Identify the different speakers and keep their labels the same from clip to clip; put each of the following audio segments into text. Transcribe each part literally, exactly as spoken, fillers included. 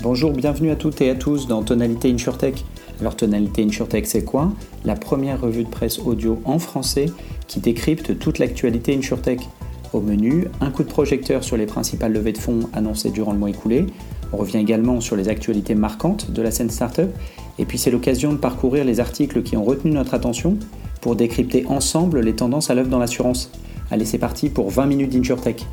Speaker 1: Bonjour, bienvenue à toutes et à tous dans Tonalité InsurTech. Alors Tonalité InsurTech, c'est quoi? La première revue de presse audio en français qui décrypte toute l'actualité InsurTech. Au menu, un coup de projecteur sur les principales levées de fonds annoncées durant le mois écoulé. On revient également sur les actualités marquantes de la scène startup. Et puis c'est l'occasion de parcourir les articles qui ont retenu notre attention pour décrypter ensemble les tendances à l'œuvre dans l'assurance. Allez, c'est parti pour vingt minutes d'InsurTech.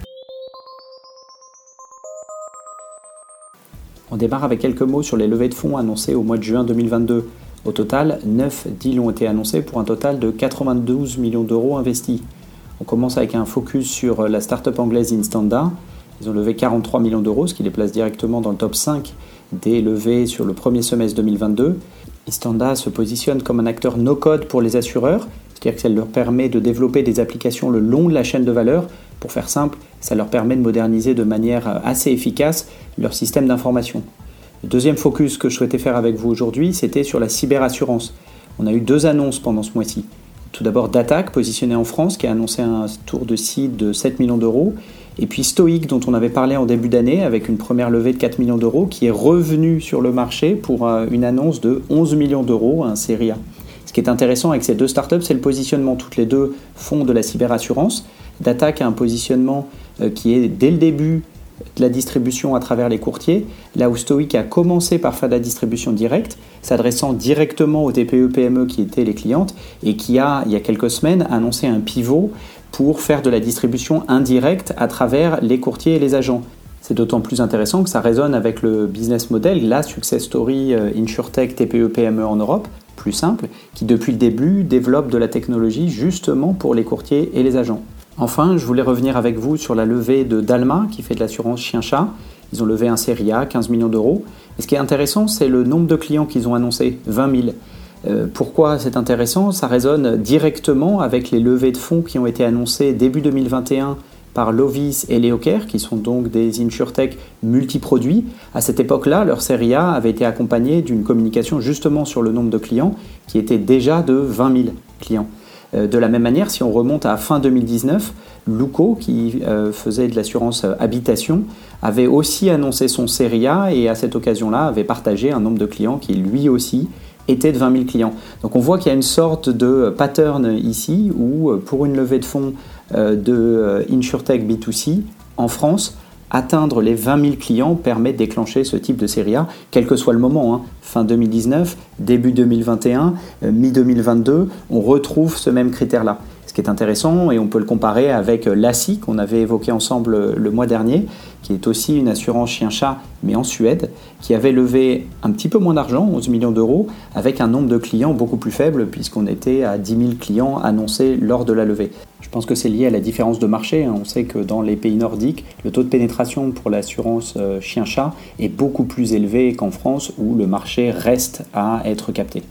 Speaker 1: On démarre avec quelques mots sur les levées de fonds annoncées au mois de juin deux mille vingt-deux. Au total, neuf deals ont été annoncés pour un total de quatre-vingt-douze millions d'euros investis. On commence avec un focus sur la start-up anglaise Instandard. Ils ont levé quarante-trois millions d'euros, ce qui les place directement dans le top cinq des levées sur le premier semestre deux mille vingt-deux. Instandard se positionne comme un acteur no-code pour les assureurs, c'est-à-dire que ça leur permet de développer des applications le long de la chaîne de valeur. Pour faire simple, ça leur permet de moderniser de manière assez efficace leur système d'information. Le deuxième focus que je souhaitais faire avec vous aujourd'hui, c'était sur la cyberassurance. On a eu deux annonces pendant ce mois-ci. Tout d'abord Datac, positionné en France, qui a annoncé un tour de seed de sept millions d'euros. Et puis Stoic, dont on avait parlé en début d'année, avec une première levée de quatre millions d'euros, qui est revenu sur le marché pour une annonce de onze millions d'euros, un série A. Ce qui est intéressant avec ces deux startups, c'est le positionnement. Toutes les deux font de la cyberassurance. Datac a un positionnement qui est dès le début de la distribution à travers les courtiers, là où Stoic a commencé par faire de la distribution directe, s'adressant directement aux T P E P M E qui étaient les clientes, et qui a, il y a quelques semaines, annoncé un pivot pour faire de la distribution indirecte à travers les courtiers et les agents. C'est d'autant plus intéressant que ça résonne avec le business model, la success story InsurTech T P E P M E en Europe, plus simple, qui depuis le début développe de la technologie justement pour les courtiers et les agents. Enfin, je voulais revenir avec vous sur la levée de Dalma, qui fait de l'assurance chien-chat. Ils ont levé un série A, quinze millions d'euros. Et ce qui est intéressant, c'est le nombre de clients qu'ils ont annoncé, vingt mille. Euh, pourquoi c'est intéressant? Ça résonne directement avec les levées de fonds qui ont été annoncées début deux mille vingt et un par Lovis et Leocare, qui sont donc des InsurTech multiproduits. À cette époque-là, leur série A avait été accompagnée d'une communication justement sur le nombre de clients, qui était déjà de vingt mille clients. De la même manière, si on remonte à fin deux mille dix-neuf, Luco, qui euh, faisait de l'assurance euh, habitation, avait aussi annoncé son série A et à cette occasion-là avait partagé un nombre de clients qui lui aussi était de vingt mille clients. Donc on voit qu'il y a une sorte de pattern ici où pour une levée de fonds euh, de euh, InsurTech B deux C en France, atteindre les vingt mille clients permet de déclencher ce type de série A, quel que soit le moment. Hein. Fin deux mille dix-neuf, début deux mille vingt et un, euh, mi-deux mille vingt-deux, on retrouve ce même critère-là. Ce qui est intéressant, et on peut le comparer avec l'A C I qu'on avait évoqué ensemble le mois dernier, qui est aussi une assurance chien-chat, mais en Suède, qui avait levé un petit peu moins d'argent, onze millions d'euros, avec un nombre de clients beaucoup plus faible, puisqu'on était à dix mille clients annoncés lors de la levée. Je pense que c'est lié à la différence de marché. On sait que dans les pays nordiques, le taux de pénétration pour l'assurance chien-chat est beaucoup plus élevé qu'en France, où le marché reste à être capté.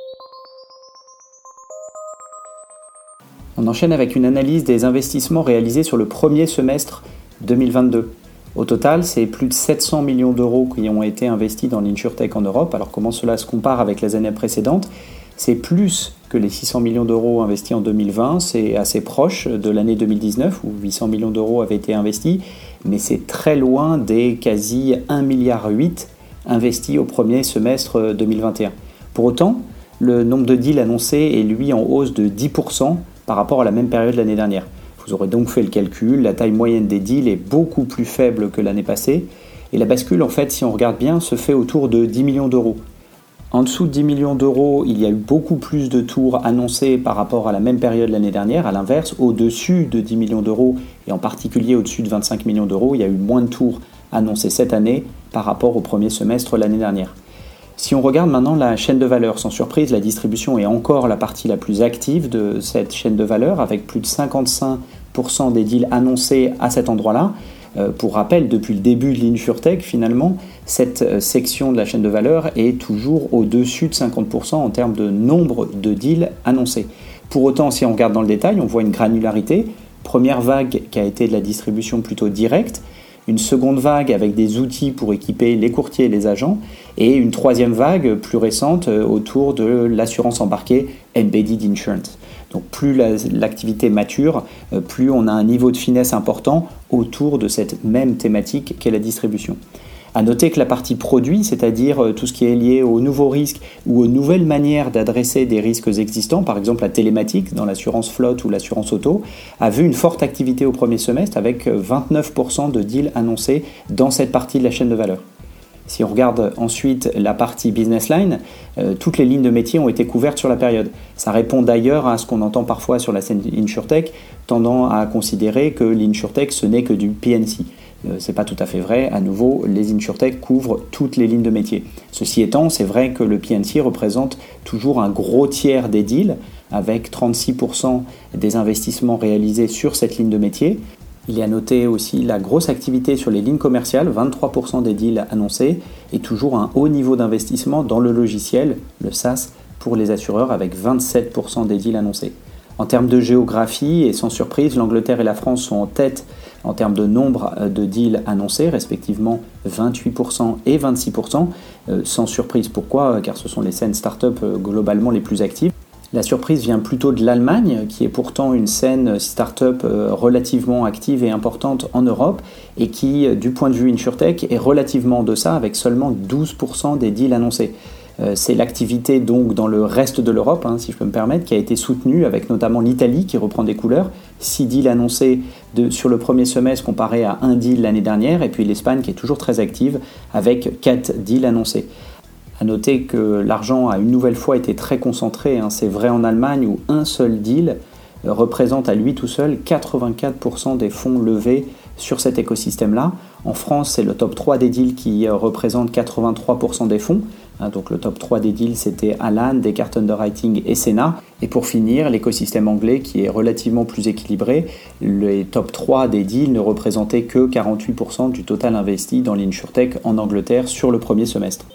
Speaker 1: On enchaîne avec une analyse des investissements réalisés sur le premier semestre deux mille vingt-deux. Au total, c'est plus de sept cents millions d'euros qui ont été investis dans l'InsurTech en Europe. Alors comment cela se compare avec les années précédentes? C'est plus que les six cents millions d'euros investis en deux mille vingt, c'est assez proche de l'année deux mille dix-neuf où huit cents millions d'euros avaient été investis, mais c'est très loin des quasi un virgule huit milliard investis au premier semestre deux mille vingt et un. Pour autant, le nombre de deals annoncés est lui en hausse de dix pour cent par rapport à la même période l'année dernière. Vous aurez donc fait le calcul, la taille moyenne des deals est beaucoup plus faible que l'année passée, et la bascule, en fait, si on regarde bien, se fait autour de dix millions d'euros. En dessous de dix millions d'euros, il y a eu beaucoup plus de tours annoncés par rapport à la même période l'année dernière. À l'inverse, au-dessus de dix millions d'euros, et en particulier au-dessus de vingt-cinq millions d'euros, il y a eu moins de tours annoncés cette année par rapport au premier semestre l'année dernière. Si on regarde maintenant la chaîne de valeur, sans surprise, la distribution est encore la partie la plus active de cette chaîne de valeur, avec plus de cinquante-cinq pour cent des deals annoncés à cet endroit-là. Euh, pour rappel, depuis le début de l'InsurTech, finalement, cette euh, section de la chaîne de valeur est toujours au-dessus de cinquante pour cent en termes de nombre de deals annoncés. Pour autant, si on regarde dans le détail, on voit une granularité. Première vague qui a été de la distribution plutôt directe, une seconde vague avec des outils pour équiper les courtiers et les agents, et une troisième vague plus récente autour de l'assurance embarquée Embedded Insurance. Donc plus la, l'activité mature, plus on a un niveau de finesse important, autour de cette même thématique qu'est la distribution. À noter que la partie produit, c'est-à-dire tout ce qui est lié aux nouveaux risques ou aux nouvelles manières d'adresser des risques existants, par exemple la télématique dans l'assurance flotte ou l'assurance auto, a vu une forte activité au premier semestre avec vingt-neuf pour cent de deals annoncés dans cette partie de la chaîne de valeur. Si on regarde ensuite la partie business line, euh, toutes les lignes de métier ont été couvertes sur la période. Ça répond d'ailleurs à ce qu'on entend parfois sur la scène InsurTech, tendant à considérer que l'InsurTech ce n'est que du P and C. Euh, c'est pas tout à fait vrai. À nouveau, les InsurTech couvrent toutes les lignes de métier. Ceci étant, c'est vrai que le P and C représente toujours un gros tiers des deals, avec trente-six pour cent des investissements réalisés sur cette ligne de métier. Il y a noté aussi la grosse activité sur les lignes commerciales, vingt-trois pour cent des deals annoncés, et toujours un haut niveau d'investissement dans le logiciel, le SaaS, pour les assureurs, avec vingt-sept pour cent des deals annoncés. En termes de géographie, et sans surprise, l'Angleterre et la France sont en tête en termes de nombre de deals annoncés, respectivement vingt-huit pour cent et vingt-six pour cent. Euh, sans surprise, pourquoi ? Car ce sont les scènes start-up globalement les plus actives. La surprise vient plutôt de l'Allemagne, qui est pourtant une scène start-up relativement active et importante en Europe, et qui, du point de vue InsurTech, est relativement en deçà, avec seulement douze pour cent des deals annoncés. C'est l'activité donc dans le reste de l'Europe, hein, si je peux me permettre, qui a été soutenue, avec notamment l'Italie qui reprend des couleurs, six deals annoncés de, sur le premier semestre comparé à un deal l'année dernière, et puis l'Espagne qui est toujours très active, avec quatre deals annoncés. À noter que l'argent a une nouvelle fois été très concentré, hein. C'est vrai en Allemagne où un seul deal représente à lui tout seul quatre-vingt-quatre pour cent des fonds levés sur cet écosystème-là. En France, c'est le top trois des deals qui représente quatre-vingt-trois pour cent des fonds. Hein, donc le top trois des deals, c'était Alan, Descartes Underwriting et Sena. Et pour finir, l'écosystème anglais qui est relativement plus équilibré. Les top trois des deals ne représentaient que quarante-huit pour cent du total investi dans l'InsurTech en Angleterre sur le premier semestre.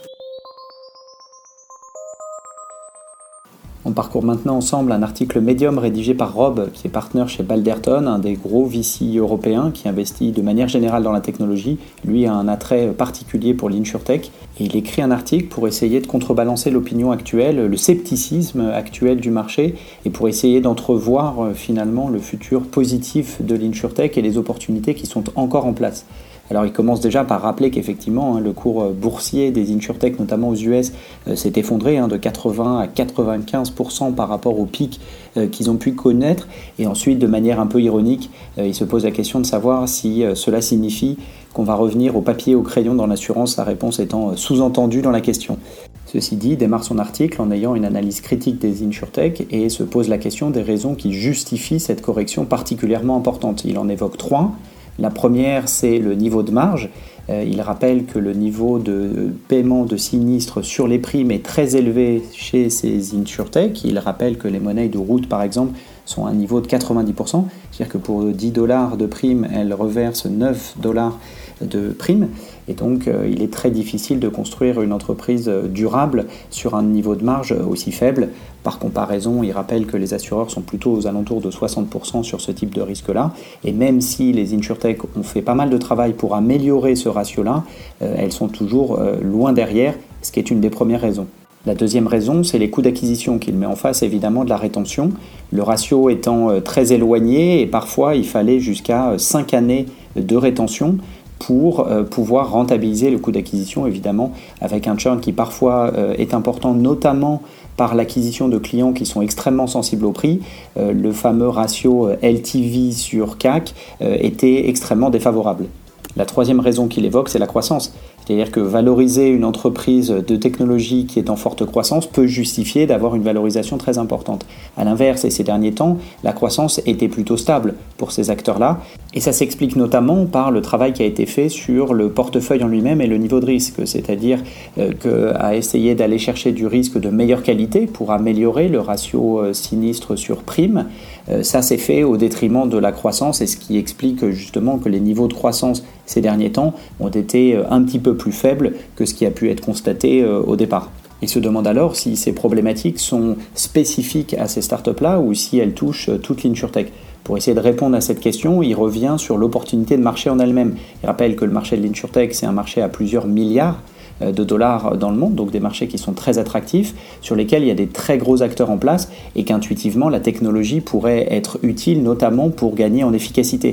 Speaker 1: On parcourt maintenant ensemble un article Medium rédigé par Rob, qui est partenaire chez Balderton, un des gros V C européens qui investit de manière générale dans la technologie. Lui a un attrait particulier pour l'InsurTech et il écrit un article pour essayer de contrebalancer l'opinion actuelle, le scepticisme actuel du marché et pour essayer d'entrevoir finalement le futur positif de l'InsurTech et les opportunités qui sont encore en place. Alors il commence déjà par rappeler qu'effectivement hein, le cours boursier des InsurTech, notamment aux U S, euh, s'est effondré hein, de quatre-vingts à quatre-vingt-quinze pour cent par rapport au pic euh, qu'ils ont pu connaître. Et ensuite, de manière un peu ironique, euh, il se pose la question de savoir si euh, cela signifie qu'on va revenir au papier, au crayon dans l'assurance, sa réponse étant euh, sous-entendue dans la question. Ceci dit, démarre son article en ayant une analyse critique des InsurTech et se pose la question des raisons qui justifient cette correction particulièrement importante. Il en évoque trois. La première, c'est le niveau de marge. Euh, il rappelle que le niveau de paiement de sinistres sur les primes est très élevé chez ces InsurTech. Il rappelle que les monnaies de route, par exemple, sont à un niveau de quatre-vingt-dix pour cent. C'est-à-dire que pour dix dollars de prime, elles reversent neuf dollars de prime. Et donc, euh, il est très difficile de construire une entreprise durable sur un niveau de marge aussi faible. Par comparaison, il rappelle que les assureurs sont plutôt aux alentours de soixante pour cent sur ce type de risque-là. Et même si les InsurTech ont fait pas mal de travail pour améliorer ce ratio-là, euh, elles sont toujours euh, loin derrière, ce qui est une des premières raisons. La deuxième raison, c'est les coûts d'acquisition qu'il met en face évidemment de la rétention. Le ratio étant euh, très éloigné et parfois il fallait jusqu'à cinq années de rétention pour euh, pouvoir rentabiliser le coût d'acquisition, évidemment, avec un churn qui parfois euh, est important, notamment par l'acquisition de clients qui sont extrêmement sensibles au prix. Euh, le fameux ratio L T V sur C A C euh, était extrêmement défavorable. La troisième raison qu'il évoque, c'est la croissance. C'est-à-dire que valoriser une entreprise de technologie qui est en forte croissance peut justifier d'avoir une valorisation très importante. À l'inverse, et ces derniers temps, la croissance était plutôt stable pour ces acteurs-là. Et ça s'explique notamment par le travail qui a été fait sur le portefeuille en lui-même et le niveau de risque. C'est-à-dire euh, qu'à essayer d'aller chercher du risque de meilleure qualité pour améliorer le ratio euh, sinistre sur prime, euh, ça s'est fait au détriment de la croissance et ce qui explique justement que les niveaux de croissance ces derniers temps ont été euh, un petit peu plus faibles que ce qui a pu être constaté euh, au départ. Il se demande alors si ces problématiques sont spécifiques à ces startups-là ou si elles touchent toute l'InsurTech. Pour essayer de répondre à cette question, il revient sur l'opportunité de marché en elle-même. Il rappelle que le marché de l'InsurTech, c'est un marché à plusieurs milliards de dollars dans le monde, donc des marchés qui sont très attractifs, sur lesquels il y a des très gros acteurs en place et qu'intuitivement, la technologie pourrait être utile, notamment pour gagner en efficacité.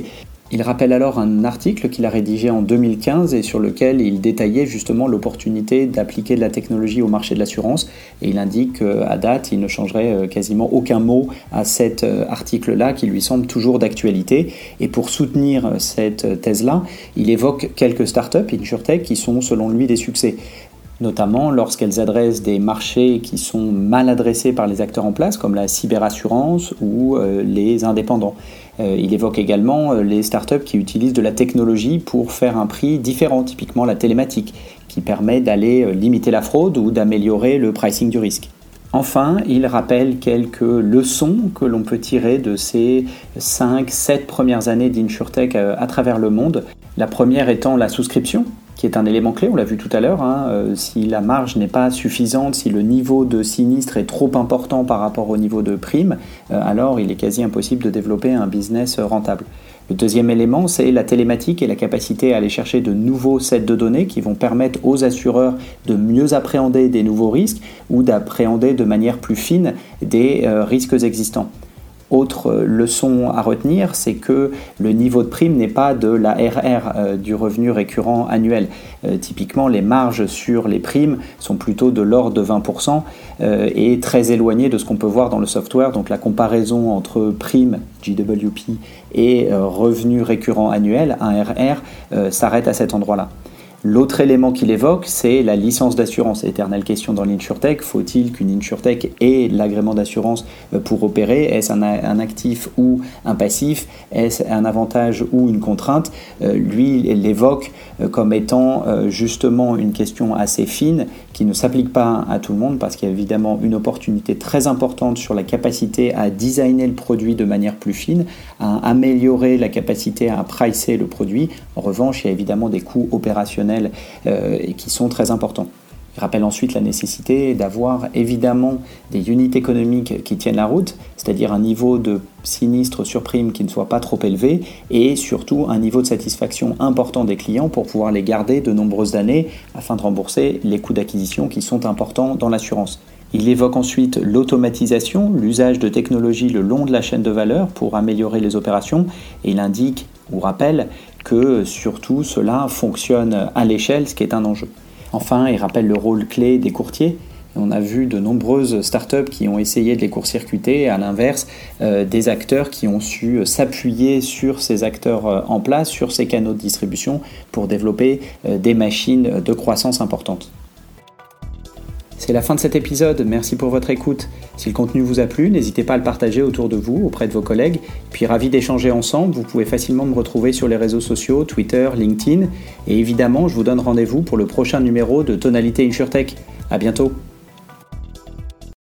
Speaker 1: Il rappelle alors un article qu'il a rédigé en deux mille quinze et sur lequel il détaillait justement l'opportunité d'appliquer de la technologie au marché de l'assurance. Et il indique qu'à date, il ne changerait quasiment aucun mot à cet article-là qui lui semble toujours d'actualité. Et pour soutenir cette thèse-là, il évoque quelques startups InsurTech qui sont selon lui des succès, notamment lorsqu'elles adressent des marchés qui sont mal adressés par les acteurs en place, comme la cyberassurance ou euh, les indépendants. Euh, il évoque également euh, les startups qui utilisent de la technologie pour faire un prix différent, typiquement la télématique, qui permet d'aller euh, limiter la fraude ou d'améliorer le pricing du risque. Enfin, il rappelle quelques leçons que l'on peut tirer de ces cinq sept premières années d'InsurTech à travers le monde. La première étant la souscription, qui est un élément clé, on l'a vu tout à l'heure. Hein, euh, si la marge n'est pas suffisante, si le niveau de sinistre est trop important par rapport au niveau de prime, euh, alors il est quasi impossible de développer un business rentable. Le deuxième élément, c'est la télématique et la capacité à aller chercher de nouveaux sets de données qui vont permettre aux assureurs de mieux appréhender des nouveaux risques ou d'appréhender de manière plus fine des euh, risques existants. Autre leçon à retenir, c'est que le niveau de prime n'est pas de la R R, euh, du revenu récurrent annuel. Euh, typiquement, les marges sur les primes sont plutôt de l'ordre de vingt pour cent euh, et très éloignées de ce qu'on peut voir dans le software. Donc la comparaison entre prime, G W P, et euh, revenu récurrent annuel, un R R, euh, s'arrête à cet endroit-là. L'autre élément qu'il évoque, c'est la licence d'assurance. Éternelle question dans l'InsurTech, faut-il qu'une InsurTech ait l'agrément d'assurance pour opérer? Est-ce un, un actif ou un passif? Est-ce un avantage ou une contrainte? euh, Lui, il l'évoque comme étant euh, justement une question assez fine qui ne s'applique pas à tout le monde parce qu'il y a évidemment une opportunité très importante sur la capacité à designer le produit de manière plus fine, à améliorer la capacité à pricer le produit. En revanche, il y a évidemment des coûts opérationnels Euh, et qui sont très importants. Il rappelle ensuite la nécessité d'avoir évidemment des unités économiques qui tiennent la route, c'est-à-dire un niveau de sinistre sur prime qui ne soit pas trop élevé et surtout un niveau de satisfaction important des clients pour pouvoir les garder de nombreuses années afin de rembourser les coûts d'acquisition qui sont importants dans l'assurance. Il évoque ensuite l'automatisation, l'usage de technologies le long de la chaîne de valeur pour améliorer les opérations et il indique ou rappelle que surtout cela fonctionne à l'échelle, ce qui est un enjeu. Enfin, il rappelle le rôle clé des courtiers. On a vu de nombreuses startups qui ont essayé de les court-circuiter, à l'inverse, euh, des acteurs qui ont su s'appuyer sur ces acteurs euh, en place, sur ces canaux de distribution pour développer euh, des machines de croissance importantes. C'est la fin de cet épisode, merci pour votre écoute. Si le contenu vous a plu, n'hésitez pas à le partager autour de vous, auprès de vos collègues. Puis ravi d'échanger ensemble, vous pouvez facilement me retrouver sur les réseaux sociaux, Twitter, LinkedIn. Et évidemment, je vous donne rendez-vous pour le prochain numéro de Tonalité InsurTech. À bientôt.